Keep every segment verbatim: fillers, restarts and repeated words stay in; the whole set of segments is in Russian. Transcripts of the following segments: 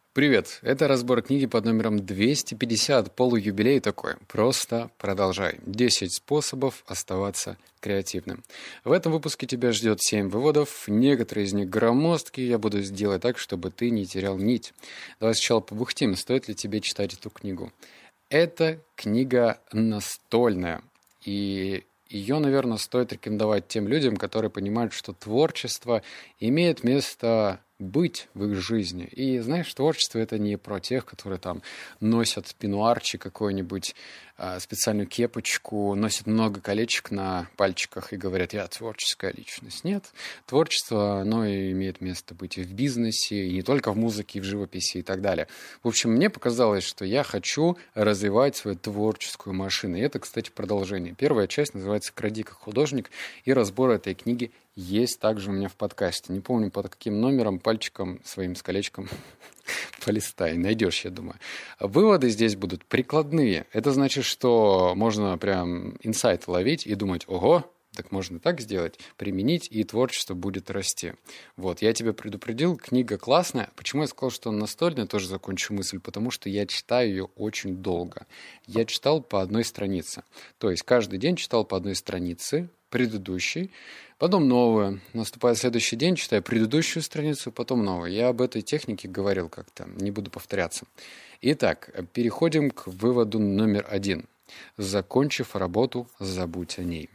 Привет, это разбор книги под номером двести пятьдесят, полуюбилей такой. Просто продолжай. десять способов оставаться креативным. В этом выпуске тебя ждет семь выводов, некоторые из них громоздкие, я буду сделать так, чтобы ты не терял нить. Давай сначала побухтим, стоит ли тебе читать эту книгу. Это книга настольная, и ее, наверное, стоит рекомендовать тем людям, которые понимают, что творчество имеет место быть в их жизни. И, знаешь, творчество — это не про тех, которые там носят пенуарчик какой-нибудь, специальную кепочку, носят много колечек на пальчиках и говорят: «Я творческая личность». Нет. Творчество, оно имеет место быть и в бизнесе, и не только в музыке, и в живописи, и так далее. В общем, мне показалось, что я хочу развивать свою творческую машину. И это, кстати, продолжение. Первая часть называется «Кради как художник», и разбор этой книги есть также у меня в подкасте. Не помню, под каким номером, пальчиком своим с колечком полистай. Найдешь, я думаю. Выводы здесь будут прикладные. Это значит, что можно прям инсайт ловить и думать: ого, так можно так сделать, применить, и творчество будет расти. Вот, я тебя предупредил, книга классная. Почему я сказал, что она настольная, тоже закончу мысль, потому что я читаю ее очень долго. Я читал по одной странице. То есть каждый день читал по одной странице, предыдущей, потом новую. Наступает следующий день, читаю предыдущую страницу, потом новую. Я об этой технике говорил как-то, не буду повторяться. Итак, переходим к выводу номер один. Закончив работу, забудь о ней.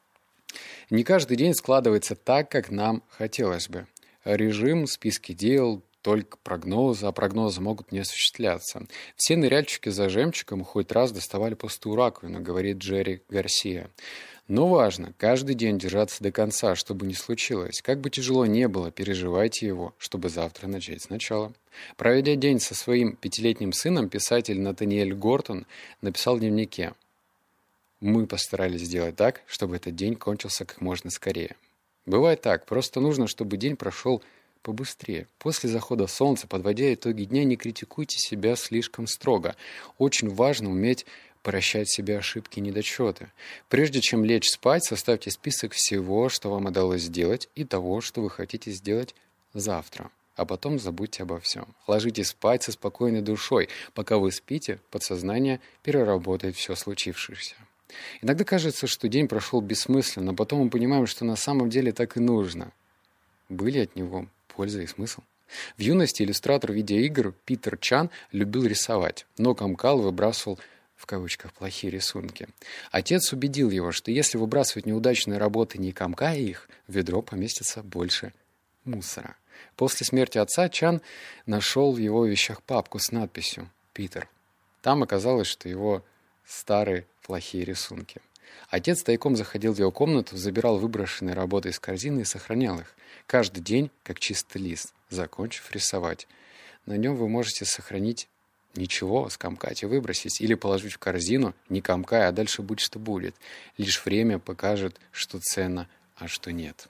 Не каждый день складывается так, как нам хотелось бы. Режим, списки дел, только прогнозы, а прогнозы могут не осуществляться. Все ныряльщики за жемчугом хоть раз доставали пустую раковину, говорит Джерри Гарсия. Но важно каждый день держаться до конца, чтобы не случилось. Как бы тяжело не было, переживайте его, чтобы завтра начать сначала. Проведя день со своим пятилетним сыном, писатель Натаниэль Гортон написал в дневнике: «Мы постарались сделать так, чтобы этот день кончился как можно скорее». Бывает так, просто нужно, чтобы день прошел побыстрее. После захода солнца, подводя итоги дня, не критикуйте себя слишком строго. Очень важно уметь прощать себе ошибки и недочеты. Прежде чем лечь спать, составьте список всего, что вам удалось сделать, и того, что вы хотите сделать завтра. А потом забудьте обо всем. Ложитесь спать со спокойной душой. Пока вы спите, подсознание переработает все случившееся. Иногда кажется, что день прошел бессмысленно, но потом мы понимаем, что на самом деле так и нужно. Были от него польза и смысл? В юности иллюстратор видеоигр Питер Чан любил рисовать, но комкал, выбрасывал в кавычках плохие рисунки. Отец убедил его, что если выбрасывать неудачные работы, не комкая их, в ведро поместится больше мусора. После смерти отца Чан нашел в его вещах папку с надписью «Питер». Там оказалось, что его старые плохие рисунки. Отец тайком заходил в его комнату, забирал выброшенные работы из корзины и сохранял их. Каждый день, как чистый лист, закончив рисовать. На нем вы можете сохранить ничего, скомкать и выбросить, или положить в корзину, не комкая, а дальше будь что будет. Лишь время покажет, что ценно, а что нет.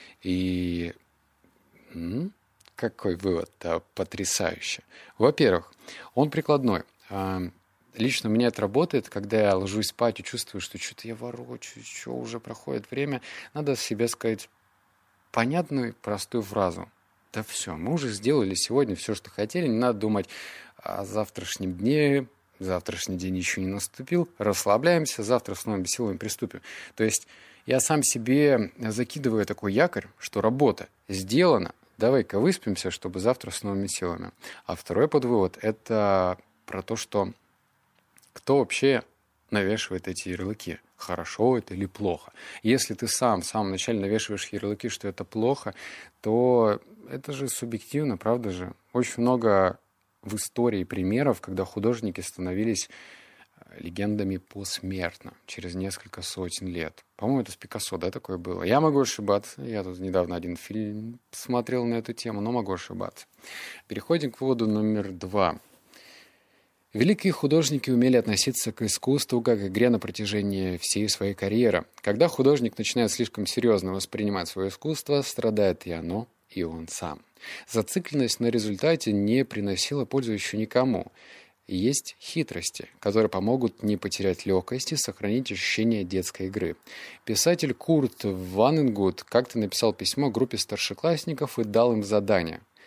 И м-м, какой вывод-то потрясающий. Во-первых, он прикладной. Лично у меня это работает, когда я ложусь спать и чувствую, что что-то я ворочаюсь, что уже проходит время. Надо себе сказать понятную, простую фразу. Да все, мы уже сделали сегодня все, что хотели, не надо думать о завтрашнем дне, завтрашний день еще не наступил, расслабляемся, завтра с новыми силами приступим. То есть я сам себе закидываю такой якорь, что работа сделана, давай-ка выспимся, чтобы завтра с новыми силами. А второй подвывод — это про то, что кто вообще навешивает эти ярлыки? Хорошо это или плохо? Если ты сам в самом начале навешиваешь ярлыки, что это плохо, то это же субъективно, правда же? Очень много в истории примеров, когда художники становились легендами посмертно, через несколько сотен лет. По-моему, это с Пикассо, да, такое было? Я могу ошибаться. Я тут недавно один фильм смотрел на эту тему, но могу ошибаться. Переходим к выводу номер два. Великие художники умели относиться к искусству как к игре на протяжении всей своей карьеры. Когда художник начинает слишком серьезно воспринимать свое искусство, страдает и оно, и он сам. Зацикленность на результате не приносила пользу еще никому. Есть хитрости, которые помогут не потерять легкость и сохранить ощущение детской игры. Писатель Курт Ваненгут как-то написал письмо группе старшеклассников и дал им задание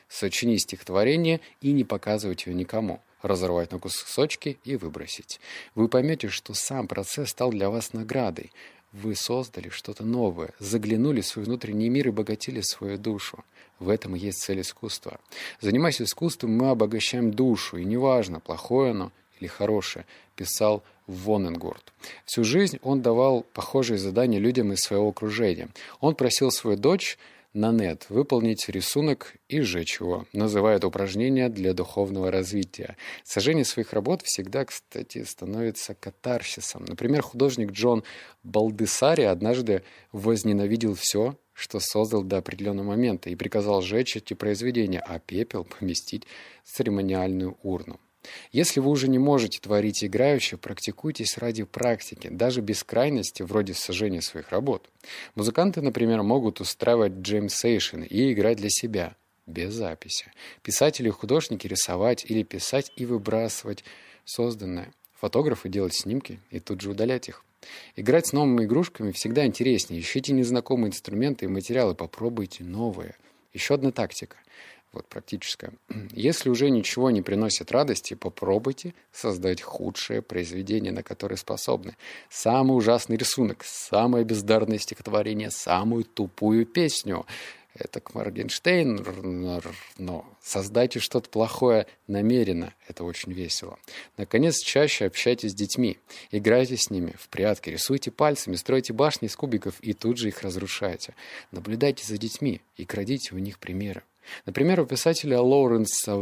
Сочини стихотворение и не показывать ее никому. Разорвать на кусочки и выбросить. Вы поймете, что сам процесс стал для вас наградой. Вы создали что-то новое, заглянули в свой внутренний мир и обогатили свою душу. В этом и есть цель искусства. Занимаясь искусством, мы обогащаем душу, и неважно, плохое оно или хорошее, писал Вонненгурт. Всю жизнь он давал похожие задания людям из своего окружения. Он просил свою дочь Нанет выполнить рисунок и сжечь его, называя это упражнение для духовного развития. Сожжение своих работ всегда, кстати, становится катарсисом. Например, художник Джон Балдессари однажды возненавидел все, что создал до определенного момента, и приказал сжечь эти произведения, а пепел поместить в церемониальную урну. Если вы уже не можете творить играюще, практикуйтесь ради практики, даже без крайности, вроде сожжения своих работ. Музыканты, например, могут устраивать джем-сейшены и играть для себя, без записи. Писатели и художники рисовать или писать и выбрасывать созданное. Фотографы делать снимки и тут же удалять их. Играть с новыми игрушками всегда интереснее. Ищите незнакомые инструменты и материалы, попробуйте новые. Еще одна тактика. Вот практическая. Если уже ничего не приносит радости, попробуйте создать худшее произведение, на которое способны. Самый ужасный рисунок, самое бездарное стихотворение, самую тупую песню. Это к Моргенштерну, но создайте что-то плохое намеренно. Это очень весело. Наконец, чаще общайтесь с детьми. Играйте с ними в прятки, рисуйте пальцами, стройте башни из кубиков и тут же их разрушайте. Наблюдайте за детьми и крадите у них примеры. Например, у писателя Лоуренса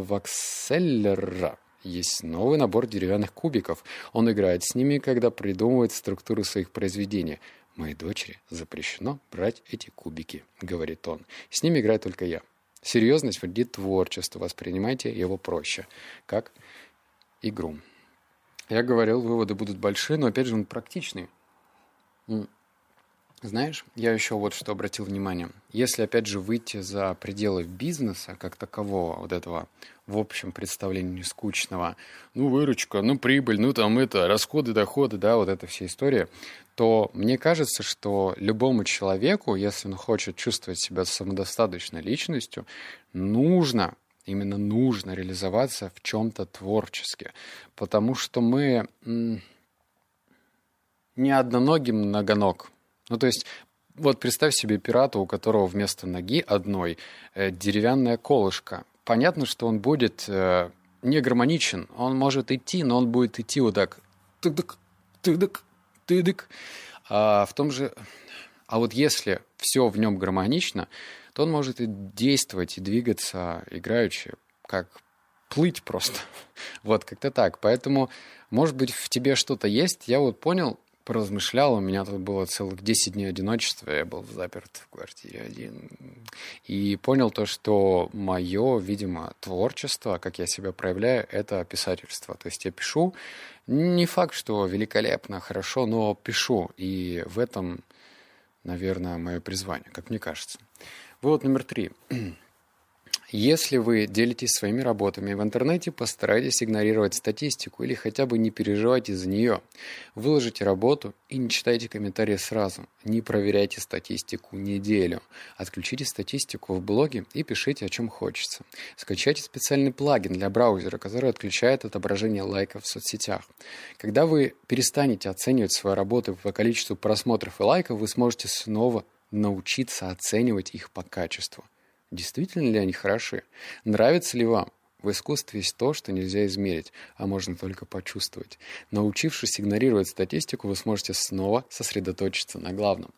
Вакселлера есть новый набор деревянных кубиков. Он играет с ними, когда придумывает структуру своих произведений. «Моей дочери запрещено брать эти кубики», — говорит он. «С ними играю только я». Серьезность вредит творчеству. Воспринимайте его проще, как игру. Я говорил, выводы будут большие, но опять же он практичный. Знаешь, я еще вот что обратил внимание. Если, опять же, выйти за пределы бизнеса, как такового, вот этого, в общем представлении скучного, ну, выручка, ну, прибыль, ну, там это, расходы, доходы, да, вот эта вся история, то мне кажется, что любому человеку, если он хочет чувствовать себя самодостаточной личностью, нужно, именно нужно реализоваться в чем-то творчески, потому что мы м- не одноногий многоног. Ну, то есть, вот представь себе пирата, у которого вместо ноги одной э, деревянная колышко. Понятно, что он будет э, не гармоничен. Он может идти, но он будет идти вот так. Тыдык, тыдык, тыдык. А в том же... А вот если все в нем гармонично, то он может и действовать, и двигаться играючи, как плыть просто. Вот, как-то так. Поэтому, может быть, в тебе что-то есть. Я вот понял... поразмышлял, у меня тут было целых десять дней одиночества, я был заперт в квартире один. И понял то, что мое, видимо, творчество, как я себя проявляю, это писательство. То есть я пишу, не факт, что великолепно, хорошо, но пишу. И в этом, наверное, мое призвание, как мне кажется. Вывод номер три. Если вы делитесь своими работами в интернете, постарайтесь игнорировать статистику или хотя бы не переживайте за нее. Выложите работу и не читайте комментарии сразу. Не проверяйте статистику неделю. Отключите статистику в блоге и пишите, о чем хочется. Скачайте специальный плагин для браузера, который отключает отображение лайков в соцсетях. Когда вы перестанете оценивать свою работу по количеству просмотров и лайков, вы сможете снова научиться оценивать их по качеству. Действительно ли они хороши? Нравится ли вам? В искусстве есть то, что нельзя измерить, а можно только почувствовать. Научившись игнорировать статистику, вы сможете снова сосредоточиться на главном.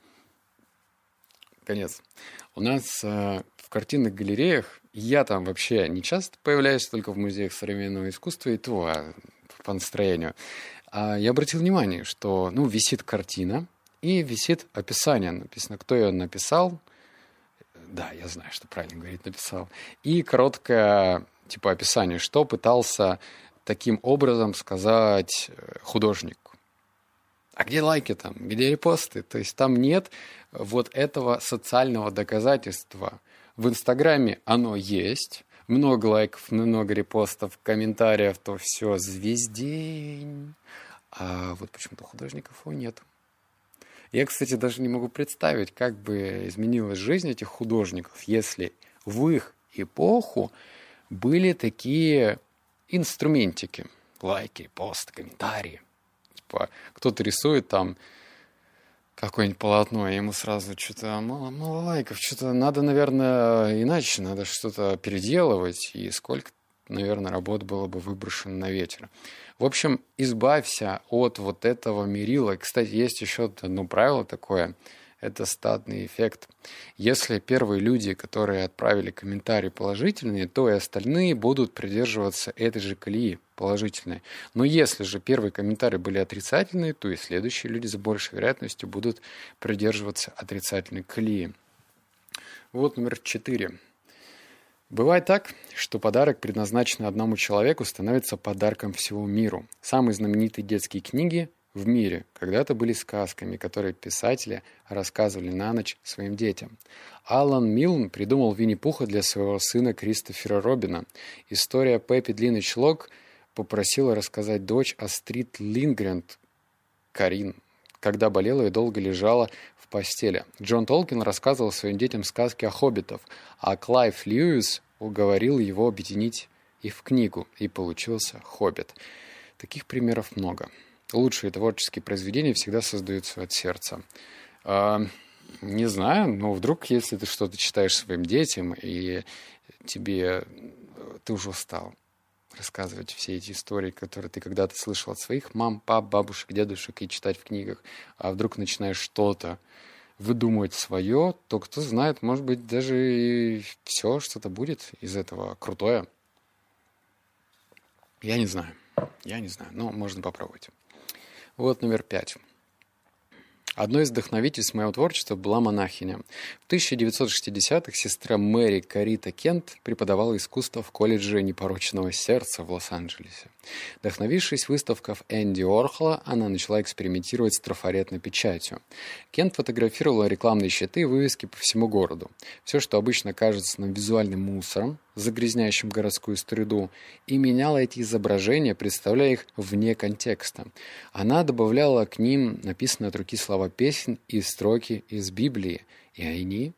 Конец. У нас э, в картинных галереях, я там вообще не часто появляюсь, только в музеях современного искусства, и то а, по настроению. А я обратил внимание, что ну, висит картина и висит описание. Написано, кто ее написал. Да, я знаю, что правильно говорить, написал. И короткое, типа, описание, что пытался таким образом сказать художник. А где лайки там? Где репосты? То есть там нет вот этого социального доказательства. В Инстаграме оно есть. Много лайков, много репостов, комментариев, то все звездень. А вот почему-то художников его нет. Я, кстати, даже не могу представить, как бы изменилась жизнь этих художников, если в их эпоху были такие инструментики. Лайки, посты, комментарии. Типа кто-то рисует там какое-нибудь полотно, и ему сразу что-то мало, мало лайков, что-то надо, наверное, иначе, надо что-то переделывать, и сколько, наверное, работ было бы выброшено на ветер. В общем, избавься от вот этого мерила. Кстати, есть еще одно правило такое, это стадный эффект. Если первые люди, которые отправили комментарии положительные, то и остальные будут придерживаться этой же колеи положительной. Но если же первые комментарии были отрицательные, то и следующие люди с большей вероятностью будут придерживаться отрицательной колеи. Вот номер четыре. Бывает так, что подарок, предназначенный одному человеку, становится подарком всему миру. Самые знаменитые детские книги в мире когда-то были сказками, которые писатели рассказывали на ночь своим детям. Алан Милн придумал Винни-Пуха для своего сына Кристофера Робина. История Пеппи Длинный Чулок попросила рассказать дочь Астрид Линдгрен Карин, когда болела и долго лежала в постели. Джон Толкин рассказывал своим детям сказки о хоббитах, а Клайв Льюис уговорил его объединить их в книгу, и получился «Хоббит». Таких примеров много. Лучшие творческие произведения всегда создаются от сердца. А, не знаю, но вдруг, если ты что-то читаешь своим детям, и тебе ты уже устал рассказывать все эти истории, которые ты когда-то слышал от своих мам, пап, бабушек, дедушек и читать в книгах, а вдруг начинаешь что-то выдумывать свое, то кто знает, может быть, даже и все что-то будет из этого крутое. Я не знаю. Я не знаю, но можно попробовать. Вот номер пять. Одной из вдохновительниц моего творчества была монахиня. В тысяча девятьсот шестидесятых сестра Мэри Карита Кент преподавала искусство в колледже непорочного сердца в Лос-Анджелесе. Вдохновившись выставкой Энди Уорхола, она начала экспериментировать с трафаретной печатью. Кент фотографировала рекламные щиты и вывески по всему городу. Все, что обычно кажется нам визуальным мусором, загрязняющим городскую среду, и меняла эти изображения, представляя их вне контекста. Она добавляла к ним написанные от руки слова песен и строки из Библии, и они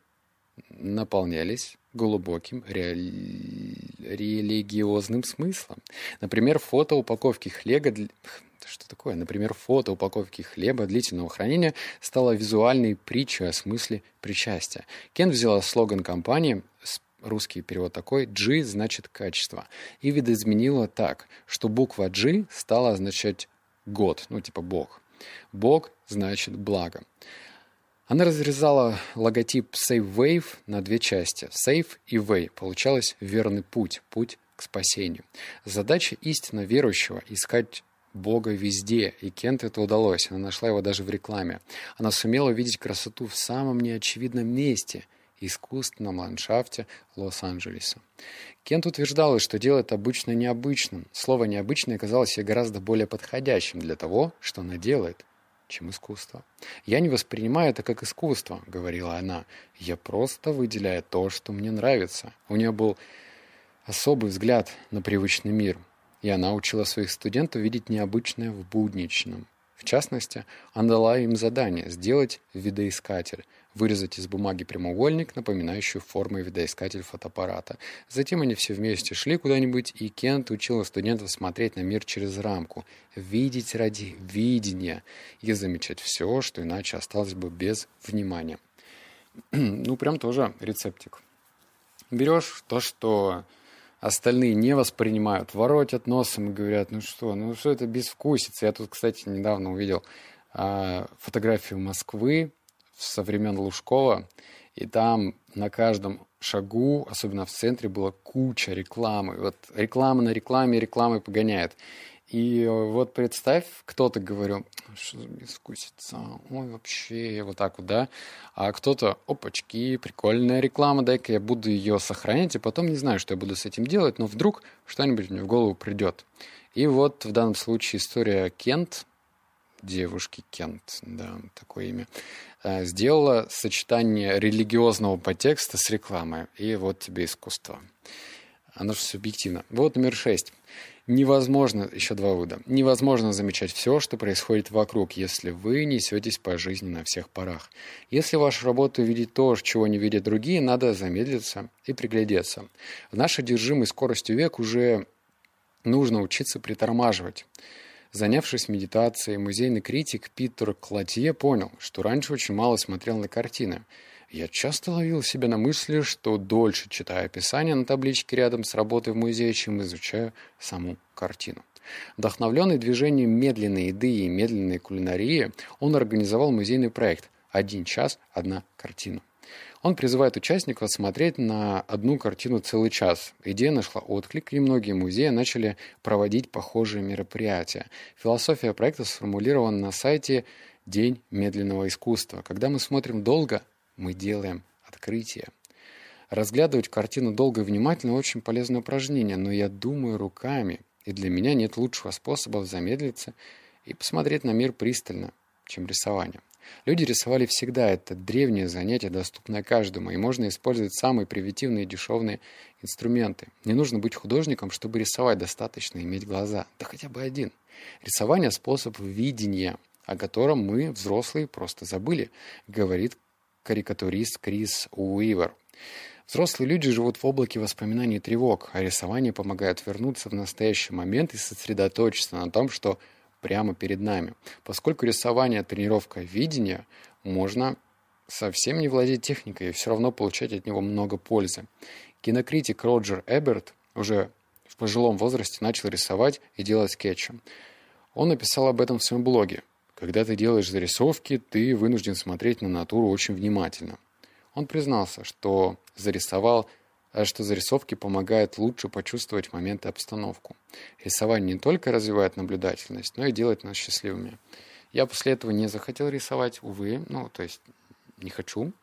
наполнялись глубоким ре... религиозным смыслом. Например, фото упаковки хлеба для... Что такое? Например, фото упаковки хлеба длительного хранения стало визуальной притчей о смысле причастия. Кент взяла слоган компании, русский перевод такой, «G» значит «качество», и видоизменила так, что буква «G» стала означать «God», ну типа «Бог». «Бог» значит «благо». Она разрезала логотип Save Wave на две части. Save и Way. Получалось верный путь, путь к спасению. Задача истинно верующего — искать Бога везде, и Кент это удалось. Она нашла его даже в рекламе. Она сумела увидеть красоту в самом неочевидном месте — искусственном ландшафте Лос-Анджелеса. Кент утверждала, что делает обычно необычным. Слово «необычное» казалось ей гораздо более подходящим для того, что она делает, чем искусство. «Я не воспринимаю это как искусство», — говорила она. «Я просто выделяю то, что мне нравится». У нее был особый взгляд на привычный мир, и она учила своих студентов видеть необычное в будничном. В частности, она дала им задание сделать видоискатель, вырезать из бумаги прямоугольник, напоминающий формой видоискатель фотоаппарата. Затем они все вместе шли куда-нибудь, и Кент учил студентов смотреть на мир через рамку, видеть ради видения и замечать все, что иначе осталось бы без внимания. Ну, прям тоже рецептик. Берешь то, что остальные не воспринимают, воротят носом и говорят, ну что, ну что это безвкусица. Я тут, кстати, недавно увидел а, фотографию Москвы со времен Лужкова, и там на каждом шагу, особенно в центре, была куча рекламы. Вот реклама на рекламе, рекламой погоняет. И вот представь, кто-то говорил, что за безвкусица, ой, вообще, вот так вот, да. А кто-то, опачки, прикольная реклама, дай-ка я буду ее сохранять, и потом не знаю, что я буду с этим делать, но вдруг что-нибудь мне в голову придет. И вот в данном случае история Кент, девушки Кент, да, такое имя, сделала сочетание религиозного подтекста с рекламой. И вот тебе искусство. Оно же субъективно. Вот номер шесть. Невозможно, еще два вывода. Невозможно замечать все, что происходит вокруг, если вы несетесь по жизни на всех парах. Если ваша работа видеть то, чего не видят другие, надо замедлиться и приглядеться. В нашей одержимой скоростью век уже нужно учиться притормаживать. Занявшись медитацией, музейный критик Питер Клотье понял, что раньше очень мало смотрел на картины. Я часто ловил себя на мысли, что дольше читаю описание на табличке рядом с работой в музее, чем изучаю саму картину. Вдохновленный движением медленной еды и медленной кулинарии, он организовал музейный проект «Один час, одна картина». Он призывает участников смотреть на одну картину целый час. Идея нашла отклик, и многие музеи начали проводить похожие мероприятия. Философия проекта сформулирована на сайте «День медленного искусства». Когда мы смотрим долго, мы делаем открытие. Разглядывать картину долго и внимательно – очень полезное упражнение, но я думаю руками, и для меня нет лучшего способа замедлиться и посмотреть на мир пристально, чем рисование. Люди рисовали всегда, это древнее занятие, доступное каждому, и можно использовать самые примитивные и дешевые инструменты. Не нужно быть художником, чтобы рисовать, достаточно иметь глаза, да хотя бы один. Рисование – способ видения, о котором мы, взрослые, просто забыли, говорит карикатурист Крис Уивер. Взрослые люди живут в облаке воспоминаний и тревог, а рисование помогает вернуться в настоящий момент и сосредоточиться на том, что прямо перед нами. Поскольку рисование – тренировка видения, можно совсем не владеть техникой и все равно получать от него много пользы. Кинокритик Роджер Эберт уже в пожилом возрасте начал рисовать и делать скетчи. Он написал об этом в своем блоге. Когда ты делаешь зарисовки, ты вынужден смотреть на натуру очень внимательно. Он признался, что зарисовал, что зарисовки помогают лучше почувствовать момент и обстановку. Рисование не только развивает наблюдательность, но и делает нас счастливыми. Я после этого не захотел рисовать, увы, ну, то есть не хочу,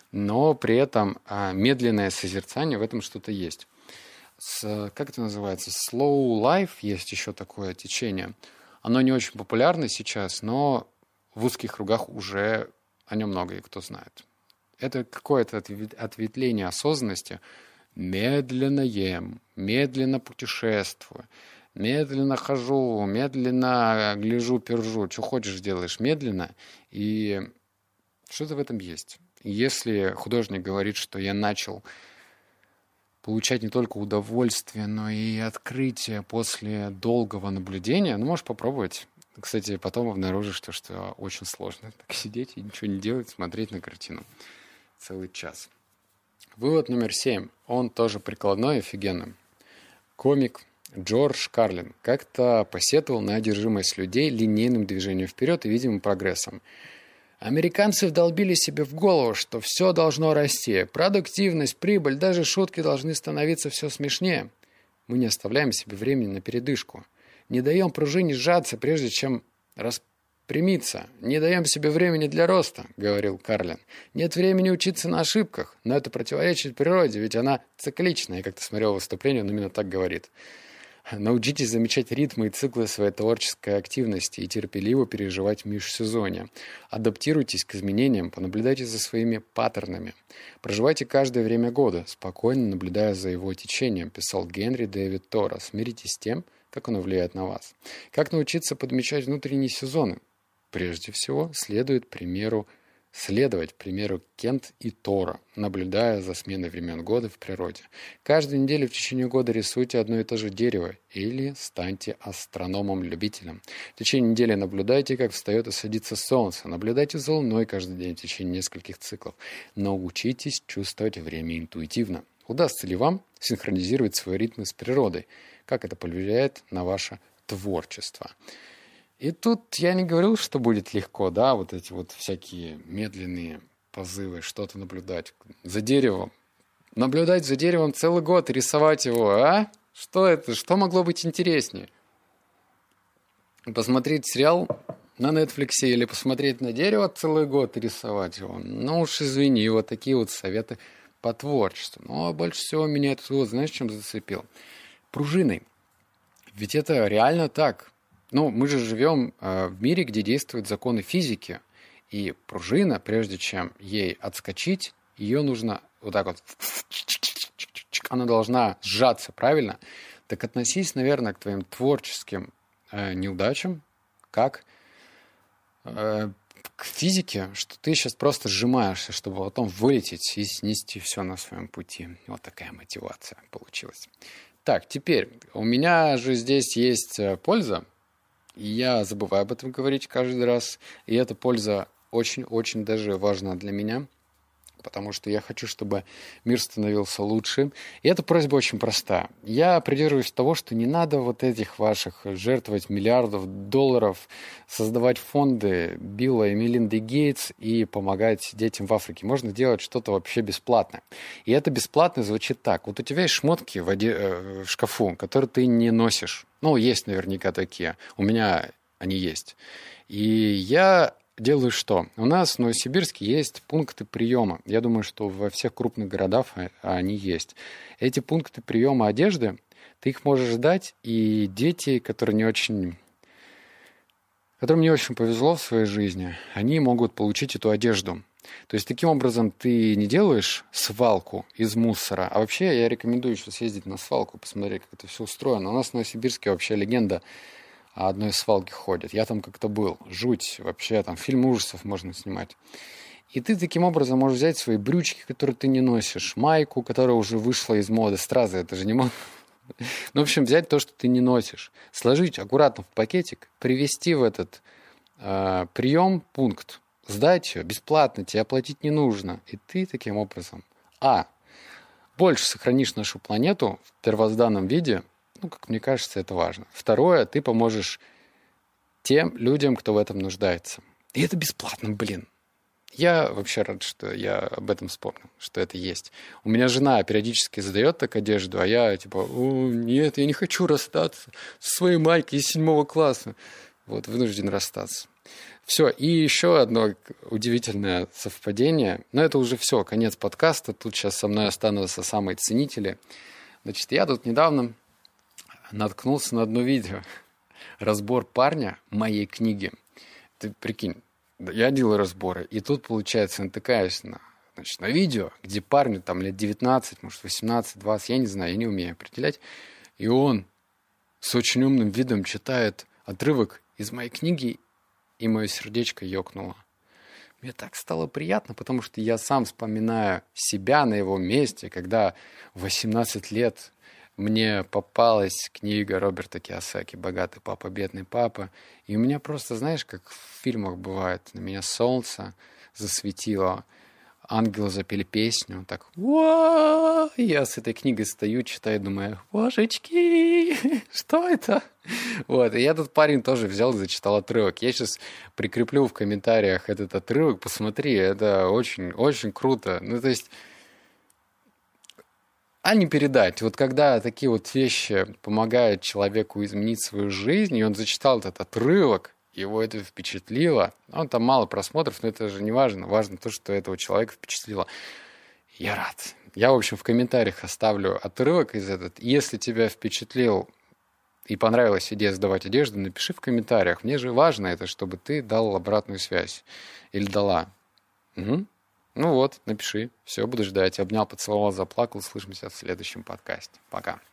но при этом а, медленное созерцание, в этом что-то есть. С, как это называется? Slow life, есть еще такое течение. Оно не очень популярно сейчас, но в узких кругах уже о нем много и кто знает. Это какое-то ответвление осознанности. Медленно ем, медленно путешествую, медленно хожу, медленно гляжу, пержу. Что хочешь, делаешь медленно. И что-то в этом есть. Если художник говорит, что я начал получать не только удовольствие, но и открытие после долгого наблюдения, ну, можешь попробовать. Кстати, потом обнаружишь, что, что очень сложно так сидеть и ничего не делать, смотреть на картину целый час. Вывод номер семь. Он тоже прикладной и офигенный. Комик Джордж Карлин как-то посетовал на одержимость людей линейным движением вперед и видимым прогрессом. Американцы вдолбили себе в голову, что все должно расти. Продуктивность, прибыль, даже шутки должны становиться все смешнее. Мы не оставляем себе времени на передышку. Не даем пружине сжаться, прежде чем распрямиться. Не даем себе времени для роста, говорил Карлин. Нет времени учиться на ошибках, но это противоречит природе, ведь она циклична. Я как-то смотрел выступление, он именно так говорит. Научитесь замечать ритмы и циклы своей творческой активности и терпеливо переживать межсезонье. Адаптируйтесь к изменениям, понаблюдайте за своими паттернами. Проживайте каждое время года, спокойно наблюдая за его течением, писал Генри Дэвид Торо. Смиритесь с тем, как оно влияет на вас. Как научиться подмечать внутренние сезоны? Прежде всего, следует примеру Следовать примеру Кент и Тора, наблюдая за сменой времен года в природе. Каждую неделю в течение года рисуйте одно и то же дерево или станьте астрономом-любителем. В течение недели наблюдайте, как встает и садится солнце. Наблюдайте за луной каждый день в течение нескольких циклов. Научитесь чувствовать время интуитивно. Удастся ли вам синхронизировать свои ритмы с природой? Как это повлияет на ваше творчество? И тут я не говорил, что будет легко, да, вот эти вот всякие медленные позывы, что-то наблюдать за деревом. Наблюдать за деревом целый год и рисовать его, а? Что это? Что могло быть интереснее? Посмотреть сериал на Netflix или посмотреть на дерево целый год и рисовать его? Ну уж извини, вот такие вот советы по творчеству. Но больше всего меня этот вот, знаешь, чем зацепил? Пружиной. Ведь это реально так. Ну, мы же живем э, в мире, где действуют законы физики, и пружина, прежде чем ей отскочить, ее нужно вот так вот она должна сжаться, правильно? Так относись, наверное, к твоим творческим э, неудачам, как э, к физике, что ты сейчас просто сжимаешься, чтобы потом вылететь и снести все на своем пути. Вот такая мотивация получилась. Так, теперь, у меня же здесь есть польза, и я забываю об этом говорить каждый раз, и эта польза очень-очень даже важна для меня, потому что я хочу, чтобы мир становился лучше. И эта просьба очень проста. Я придерживаюсь того, что не надо вот этих ваших жертвовать миллиардов долларов, создавать фонды Билла и Мелинды Гейтс и помогать детям в Африке. Можно делать что-то вообще бесплатное. И это бесплатно звучит так. Вот у тебя есть шмотки в, оде... в шкафу, которые ты не носишь. Ну, есть наверняка такие. У меня они есть. И я... делаю что? У нас в Новосибирске есть пункты приема. Я думаю, что во всех крупных городах они есть. Эти пункты приема одежды, ты их можешь сдать, и дети, которые не очень, которым не очень повезло в своей жизни, они могут получить эту одежду. То есть таким образом ты не делаешь свалку из мусора. А вообще я рекомендую еще съездить на свалку, посмотреть, как это все устроено. У нас в Новосибирске вообще легенда о одной свалке ходит. Я там как-то был. Жуть. Вообще там фильм ужасов можно снимать. И ты таким образом можешь взять свои брючки, которые ты не носишь, майку, которая уже вышла из моды. Стразы, это же не мода. Ну, в общем, взять то, что ты не носишь, сложить аккуратно в пакетик, привезти в этот э, прием пункт, сдать ее бесплатно, тебе оплатить не нужно. И ты таким образом, а, больше сохранишь нашу планету в первозданном виде. Ну, как мне кажется, это важно. Второе, ты поможешь тем людям, кто в этом нуждается. И это бесплатно, блин. Я вообще рад, что я об этом вспомнил, что это есть. У меня жена периодически задает так одежду, а я типа, о, нет, я не хочу расстаться со своей майкой из седьмого класса. Вот, вынужден расстаться. Все, и еще одно удивительное совпадение. Но это уже все, конец подкаста. Тут сейчас со мной останутся самые ценители. Значит, я тут недавно наткнулся на одно видео. Разбор парня моей книги. Ты прикинь, я делаю разборы, и тут, получается, натыкаюсь на, значит, на видео, где парню там лет девятнадцать, может, восемнадцать, двадцать, я не знаю, я не умею определять. И он с очень умным видом читает отрывок из моей книги, и мое сердечко ёкнуло. Мне так стало приятно, потому что я сам вспоминаю себя на его месте, когда в восемнадцать лет мне попалась книга Роберта Кийосаки «Богатый папа, бедный папа». И у меня просто, знаешь, как в фильмах бывает, на меня солнце засветило, ангелы запели песню, так «Уа!» Я с этой книгой стою, читаю, думаю, божечки, что это? Вот, и этот парень тоже взял и зачитал отрывок. Я сейчас прикреплю в комментариях этот отрывок, посмотри, это очень-очень круто. Ну, то есть... А не передать. Вот когда такие вот вещи помогают человеку изменить свою жизнь, и он зачитал этот отрывок, его это впечатлило. Он там мало просмотров, но это же не важно. Важно то, что этого человека впечатлило. Я рад. Я, в общем, в комментариях оставлю отрывок из этот. Если тебя впечатлил и понравилась идея сдавать одежду, напиши в комментариях. Мне же важно это, чтобы ты дал обратную связь. Или дала. Угу. Ну вот, напиши. Все, буду ждать. Обнял, поцеловал, заплакал. Слышимся в следующем подкасте. Пока.